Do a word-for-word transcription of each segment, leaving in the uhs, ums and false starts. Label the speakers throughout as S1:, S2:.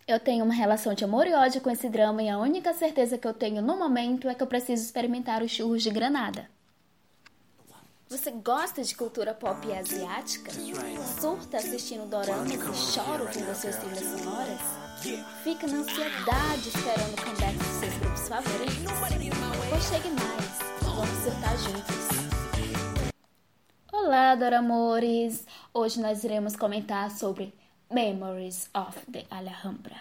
S1: Eu tenho uma relação de amor e ódio com esse drama e a única certeza que eu tenho no momento é que eu preciso experimentar os churros de Granada. Você gosta de cultura pop asiática? Surta assistindo doramas e chora ouvindo suas trilhas sonoras? Fica na ansiedade esperando o comeback dos seus grupos favoritos? Ou chegue mais, vamos surtar juntos! Olá, doramores! Hoje nós iremos comentar sobre Memories of the Alhambra.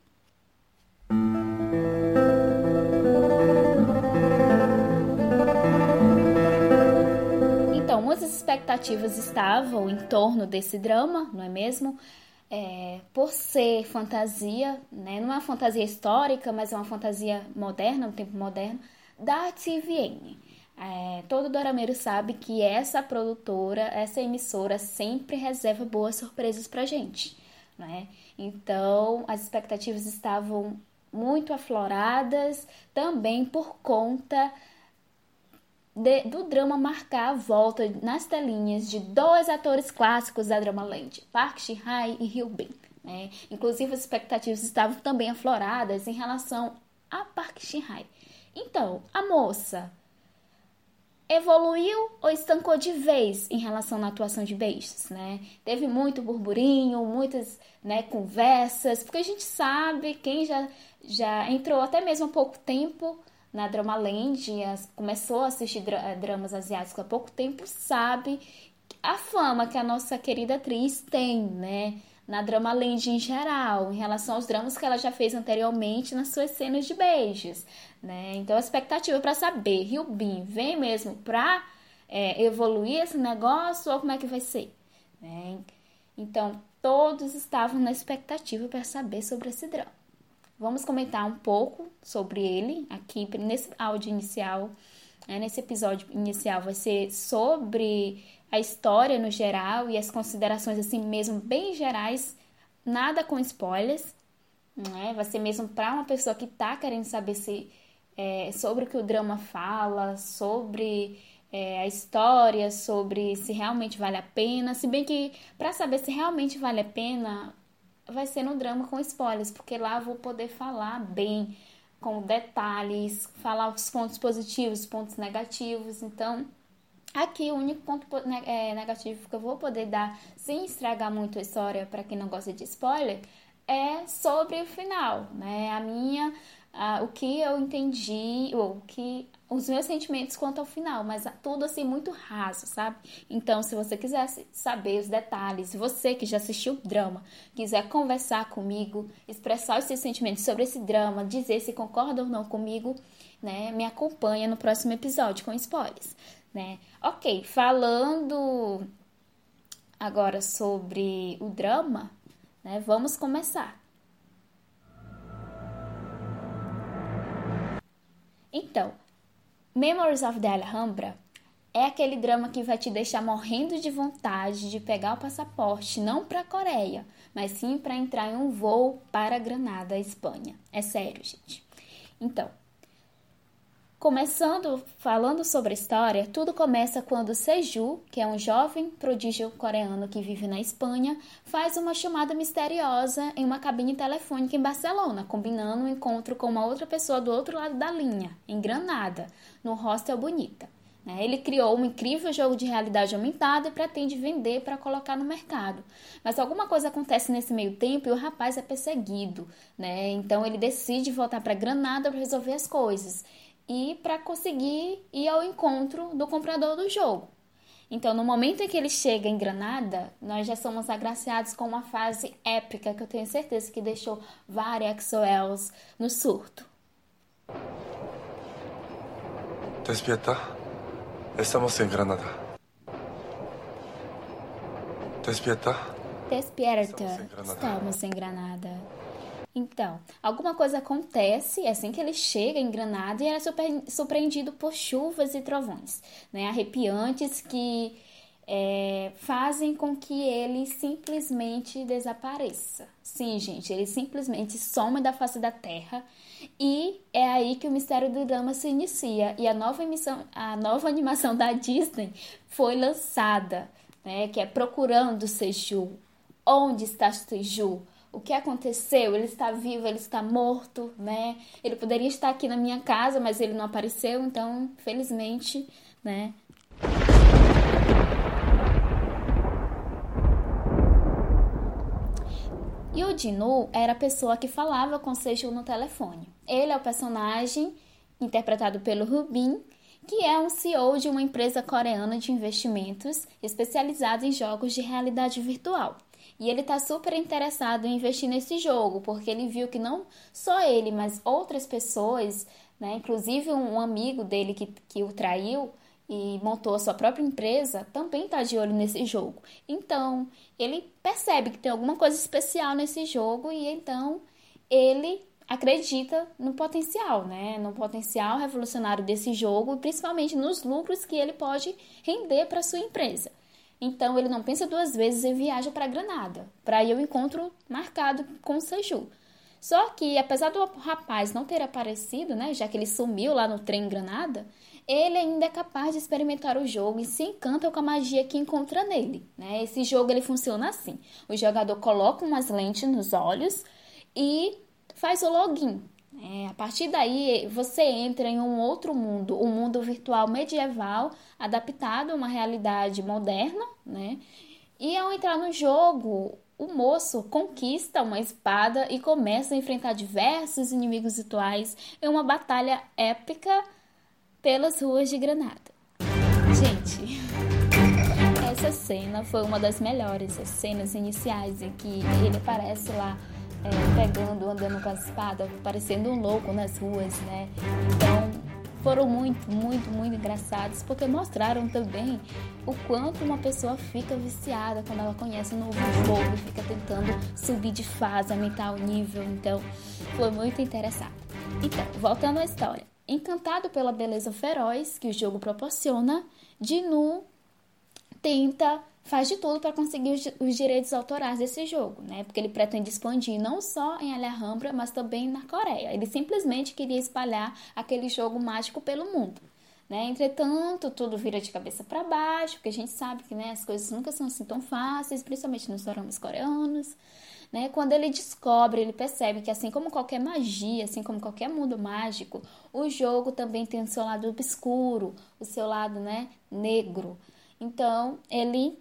S1: Então, muitas expectativas estavam em torno desse drama, não é mesmo? É, por ser fantasia, né? Não é uma fantasia histórica, mas é uma fantasia moderna, no tempo moderno, da T V N. É, todo dorameiro sabe que essa produtora, essa emissora sempre reserva boas surpresas pra gente, né? Então, as expectativas estavam muito afloradas, também por conta de, do drama marcar a volta nas telinhas de dois atores clássicos da Dramaland, Park Shin-hye e Hyo Bin, né? Inclusive, as expectativas estavam também afloradas em relação a Park Shin-hye. Então, a moça evoluiu ou estancou de vez em relação à atuação de beijos, né? Teve muito burburinho, muitas, né, conversas, porque a gente sabe, quem já, já entrou até mesmo há pouco tempo na Dramaland, começou a assistir dra- dramas asiáticos há pouco tempo, sabe a fama que a nossa querida atriz tem, né? Na Dramaland em geral, em relação aos dramas que ela já fez anteriormente nas suas cenas de beijos, né? Então a expectativa para saber, Hyo Bin vem mesmo para é, evoluir esse negócio ou como é que vai ser, né? Então todos estavam na expectativa para saber sobre esse drama. Vamos comentar um pouco sobre ele aqui nesse áudio inicial, né? Nesse episódio inicial vai ser sobre a história no geral e as considerações assim mesmo bem gerais, nada com spoilers, né? Vai ser mesmo para uma pessoa que tá querendo saber se, é, sobre o que o drama fala, sobre é, a história, sobre se realmente vale a pena, se bem que para saber se realmente vale a pena vai ser no drama com spoilers, porque lá eu vou poder falar bem, com detalhes, falar os pontos positivos, os pontos negativos. Então aqui o único ponto negativo que eu vou poder dar, sem estragar muito a história para quem não gosta de spoiler, é sobre o final, né? A minha, a, o que eu entendi, ou que os meus sentimentos quanto ao final, mas tudo assim muito raso, sabe? Então, se você quiser saber os detalhes, se você que já assistiu o drama, quiser conversar comigo, expressar os seus sentimentos sobre esse drama, dizer se concorda ou não comigo, né? Me acompanha no próximo episódio com spoilers, né? Ok, falando agora sobre o drama, né? Vamos começar. Então, Memories of the Alhambra é aquele drama que vai te deixar morrendo de vontade de pegar o passaporte, não para a Coreia, mas sim para entrar em um voo para Granada, Espanha. É sério, gente. Então, começando, falando sobre a história, tudo começa quando Seju, que é um jovem prodígio coreano que vive na Espanha, faz uma chamada misteriosa em uma cabine telefônica em Barcelona, combinando um encontro com uma outra pessoa do outro lado da linha, em Granada, no Hostel Bonita. Ele criou um incrível jogo de realidade aumentada e pretende vender para colocar no mercado. Mas alguma coisa acontece nesse meio tempo e o rapaz é perseguido, né? Então ele decide voltar para Granada para resolver as coisas e para conseguir ir ao encontro do comprador do jogo. Então, no momento em que ele chega em Granada, nós já somos agraciados com uma fase épica que eu tenho certeza que deixou várias X O Ls no surto.
S2: Despierta. Estamos em Granada. Despierta.
S1: Despierta. Estamos em Granada. Então, alguma coisa acontece assim que ele chega em Granada e ele é super, surpreendido por chuvas e trovões, né, arrepiantes que é, fazem com que ele simplesmente desapareça. Sim, gente, ele simplesmente some da face da terra e é aí que o mistério do drama se inicia e a nova, emissão, a nova animação da Disney foi lançada, né, que é Procurando Seju. Onde está Seju? O que aconteceu? Ele está vivo, ele está morto, né? Ele poderia estar aqui na minha casa, mas ele não apareceu, então, felizmente, né? E o Jin-woo era a pessoa que falava com Seo-ju no telefone. Ele é o personagem interpretado pelo Rubin, que é um C E O de uma empresa coreana de investimentos especializada em jogos de realidade virtual. E ele está super interessado em investir nesse jogo, porque ele viu que não só ele, mas outras pessoas, né, inclusive um amigo dele que, que o traiu e montou a sua própria empresa, também está de olho nesse jogo. Então, ele percebe que tem alguma coisa especial nesse jogo e então ele acredita no potencial, né? No potencial revolucionário desse jogo, principalmente nos lucros que ele pode render para sua empresa. Então, ele não pensa duas vezes e viaja para Granada, para ir ao encontro marcado com o Seo-ju. Só que, apesar do rapaz não ter aparecido, né, já que ele sumiu lá no trem em Granada, ele ainda é capaz de experimentar o jogo e se encanta com a magia que encontra nele, né? Esse jogo ele funciona assim: o jogador coloca umas lentes nos olhos e faz o login. É, a partir daí, você entra em um outro mundo, um mundo virtual medieval, adaptado a uma realidade moderna, né? E ao entrar no jogo, o moço conquista uma espada e começa a enfrentar diversos inimigos virtuais em uma batalha épica pelas ruas de Granada. Gente, essa cena foi uma das melhores, as cenas iniciais em que ele aparece lá, É, pegando, andando com a espada, parecendo um louco nas ruas, né? Então, foram muito, muito, muito engraçados, porque mostraram também o quanto uma pessoa fica viciada quando ela conhece um novo jogo, fica tentando subir de fase, aumentar o nível. Então, foi muito interessante. Então, voltando à história. Encantado pela beleza feroz que o jogo proporciona, Jin-woo tenta... faz de tudo para conseguir os, os direitos autorais desse jogo, né? Porque ele pretende expandir não só em Alhambra, mas também na Coreia. Ele simplesmente queria espalhar aquele jogo mágico pelo mundo, né? Entretanto, tudo vira de cabeça para baixo, porque a gente sabe que, né, as coisas nunca são assim tão fáceis, principalmente nos doramas coreanos, né? Quando ele descobre, ele percebe que assim como qualquer magia, assim como qualquer mundo mágico, o jogo também tem o seu lado obscuro, o seu lado, né, negro. Então, ele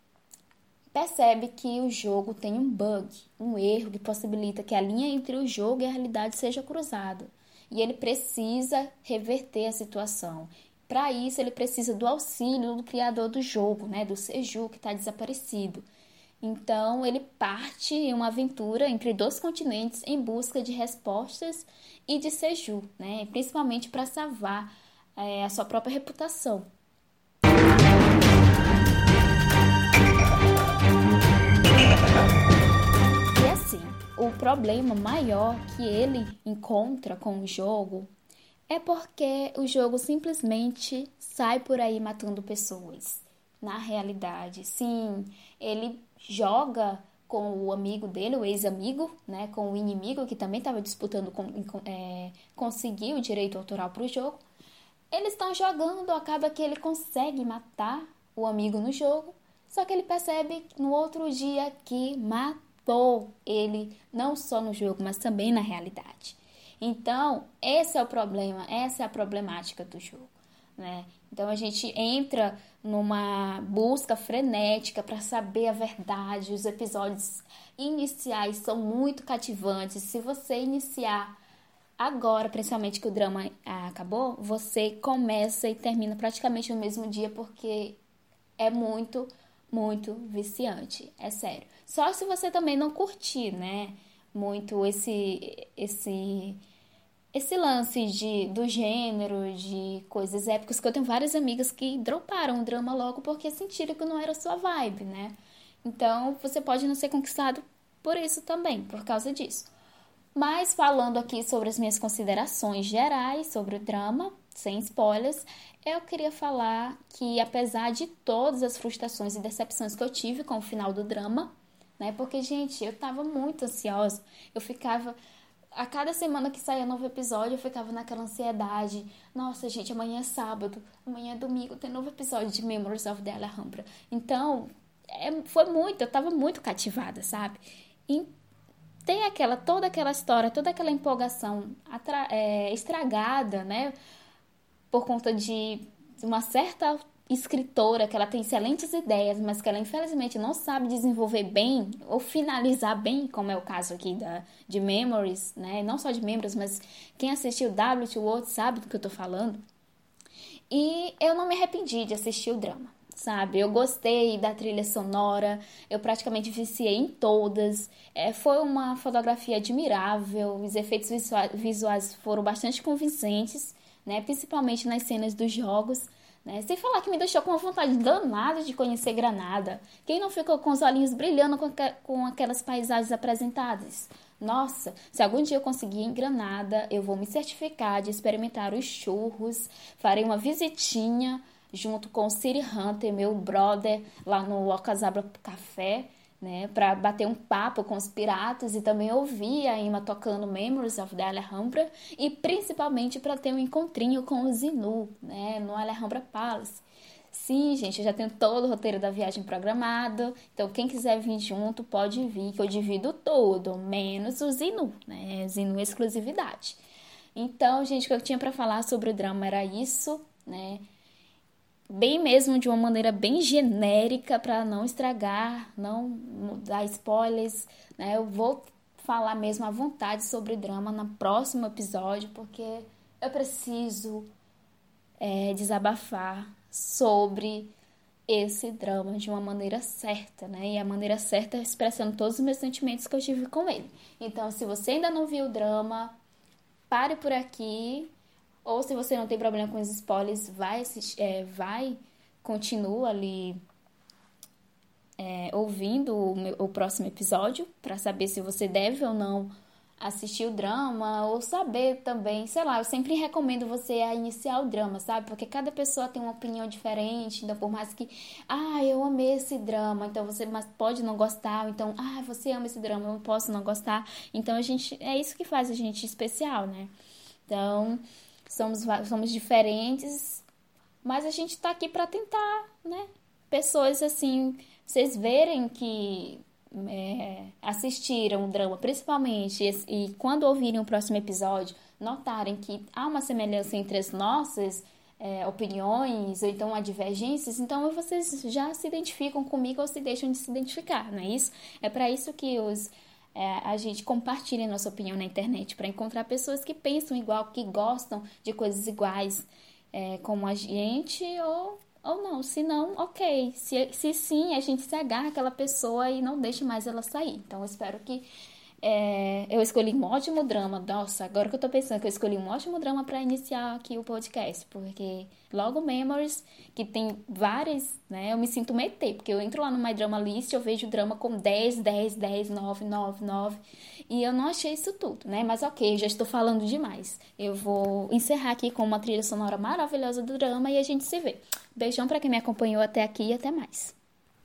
S1: percebe que o jogo tem um bug, um erro que possibilita que a linha entre o jogo e a realidade seja cruzada. E ele precisa reverter a situação. Para isso, ele precisa do auxílio do criador do jogo, né, do Seo-ju, que está desaparecido. Então, ele parte em uma aventura entre dois continentes em busca de respostas e de Seo-ju, né, principalmente para salvar é, a sua própria reputação. E assim, o problema maior que ele encontra com o jogo é porque o jogo simplesmente sai por aí matando pessoas. Na realidade, sim, ele joga com o amigo dele, o ex-amigo, né, com o inimigo que também estava disputando com, é, conseguir o direito autoral para o jogo. Eles estão jogando, acaba que ele consegue matar o amigo no jogo, só que ele percebe no outro dia que matou ele, não só no jogo, mas também na realidade. Então, esse é o problema, essa é a problemática do jogo, né? Então, a gente entra numa busca frenética para saber a verdade. Os episódios iniciais são muito cativantes. Se você iniciar agora, principalmente que o drama acabou, você começa e termina praticamente no mesmo dia, porque é muito, muito viciante, é sério. Só se você também não curtir, né, muito esse, esse, esse lance de, do gênero, de coisas épicas, que eu tenho várias amigas que droparam o drama logo porque sentiram que não era a sua vibe, né? Então, você pode não ser conquistado por isso também, por causa disso. Mas falando aqui sobre as minhas considerações gerais sobre o drama, sem spoilers, eu queria falar que apesar de todas as frustrações e decepções que eu tive com o final do drama, né? Porque, gente, eu tava muito ansiosa. Eu ficava... A cada semana que saía novo episódio, eu ficava naquela ansiedade. Nossa, gente, amanhã é sábado, amanhã é domingo, tem novo episódio de Memories of the Alhambra. Então, é, foi muito, eu tava muito cativada, sabe? E ter aquela, toda aquela história, toda aquela empolgação atra- é, estragada, né? Por conta de uma certa escritora que ela tem excelentes ideias, mas que ela infelizmente não sabe desenvolver bem ou finalizar bem, como é o caso aqui da, de Memories, né? Não só de Memories, mas quem assistiu W to World sabe do que eu tô falando. E eu não me arrependi de assistir o drama, sabe? Eu gostei da trilha sonora, eu praticamente viciei em todas. É, foi uma fotografia admirável, os efeitos visuais foram bastante convincentes, né? Principalmente nas cenas dos jogos. Né? Sem falar que me deixou com uma vontade danada de conhecer Granada. Quem não ficou com os olhinhos brilhando com, que, com aquelas paisagens apresentadas? Nossa, se algum dia eu conseguir ir em Granada, eu vou me certificar de experimentar os churros, farei uma visitinha junto com o City Hunter, meu brother, lá no Alcazaba Café, né, para bater um papo com os piratas e também ouvir a Ima tocando Memories of the Alhambra e principalmente para ter um encontrinho com o Zinu, né, no Alhambra Palace. Sim, gente, eu já tenho todo o roteiro da viagem programado, então quem quiser vir junto pode vir, que eu divido tudo, menos o Zinu, né, Zinu exclusividade. Então, gente, o que eu tinha para falar sobre o drama era isso, né, bem mesmo de uma maneira bem genérica para não estragar, não dar spoilers, né? Eu vou falar mesmo à vontade sobre o drama no próximo episódio, porque eu preciso é, desabafar sobre esse drama de uma maneira certa, né? E a maneira certa é expressando todos os meus sentimentos que eu tive com ele. Então, se você ainda não viu o drama, pare por aqui. Ou se você não tem problema com os spoilers, vai, assistir, é, vai continua ali é, ouvindo o, meu, o próximo episódio para saber se você deve ou não assistir o drama, ou saber também, sei lá, eu sempre recomendo você a iniciar o drama, sabe? Porque cada pessoa tem uma opinião diferente, então por mais que, ah, eu amei esse drama, então você mas pode não gostar, então, ah, você ama esse drama, eu não posso não gostar, então a gente, é isso que faz a gente especial, né? Então... Somos, somos diferentes, mas a gente tá aqui para tentar, né? Pessoas assim, vocês verem que é, assistiram o drama, principalmente, e, e quando ouvirem o próximo episódio, notarem que há uma semelhança entre as nossas é, opiniões, ou então há divergências, então vocês já se identificam comigo ou se deixam de se identificar, não é isso? É para isso que os... É, a gente compartilha a nossa opinião na internet para encontrar pessoas que pensam igual, que gostam de coisas iguais é, como a gente ou, ou não. Se não, ok. Se, se sim, a gente se agarra àquela pessoa e não deixa mais ela sair. Então, eu espero que é, eu escolhi um ótimo drama. Nossa, agora que eu tô pensando que eu escolhi um ótimo drama para iniciar aqui o podcast, porque logo Memories, que tem várias, né, eu me sinto meio E T, porque eu entro lá no My Drama List, eu vejo drama com dez, dez, dez, nove, nove, nove, e eu não achei isso tudo, né, mas ok, já estou falando demais. Eu vou encerrar aqui com uma trilha sonora maravilhosa do drama e a gente se vê. Beijão para quem me acompanhou até aqui e até mais.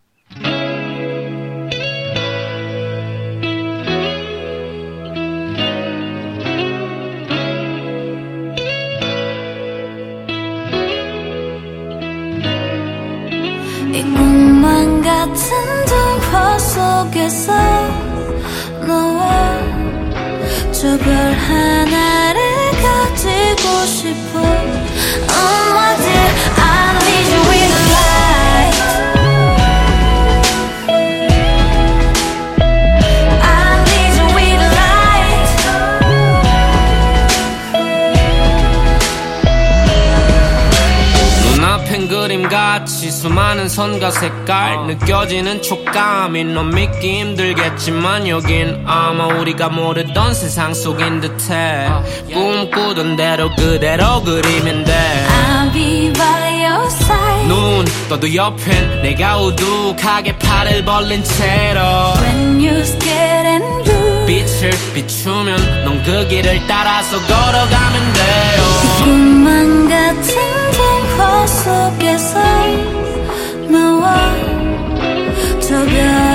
S3: 이 꿈만 같은 동화 속에서 너와 저 별 하나를 가지고 싶어. Oh my dear, I need you in the light. I need you in the light.
S4: 눈앞엔 그림같이 수많은 선과 색깔 느껴지는 촉감이 넌 믿기 힘들겠지만 여긴 아마 우리가 모르던 세상 속인 듯해 꿈꾸던 대로 그대로 그리면 돼
S3: I'll be by your side.
S4: 눈 떠도 옆엔 내가 우두하게 팔을 벌린 채로
S3: When you're scared and blue
S4: 빛을 비추면 넌 그 길을 따라서 걸어가면 돼요
S3: 꿈만 같은 동화 속에서 너와 저 별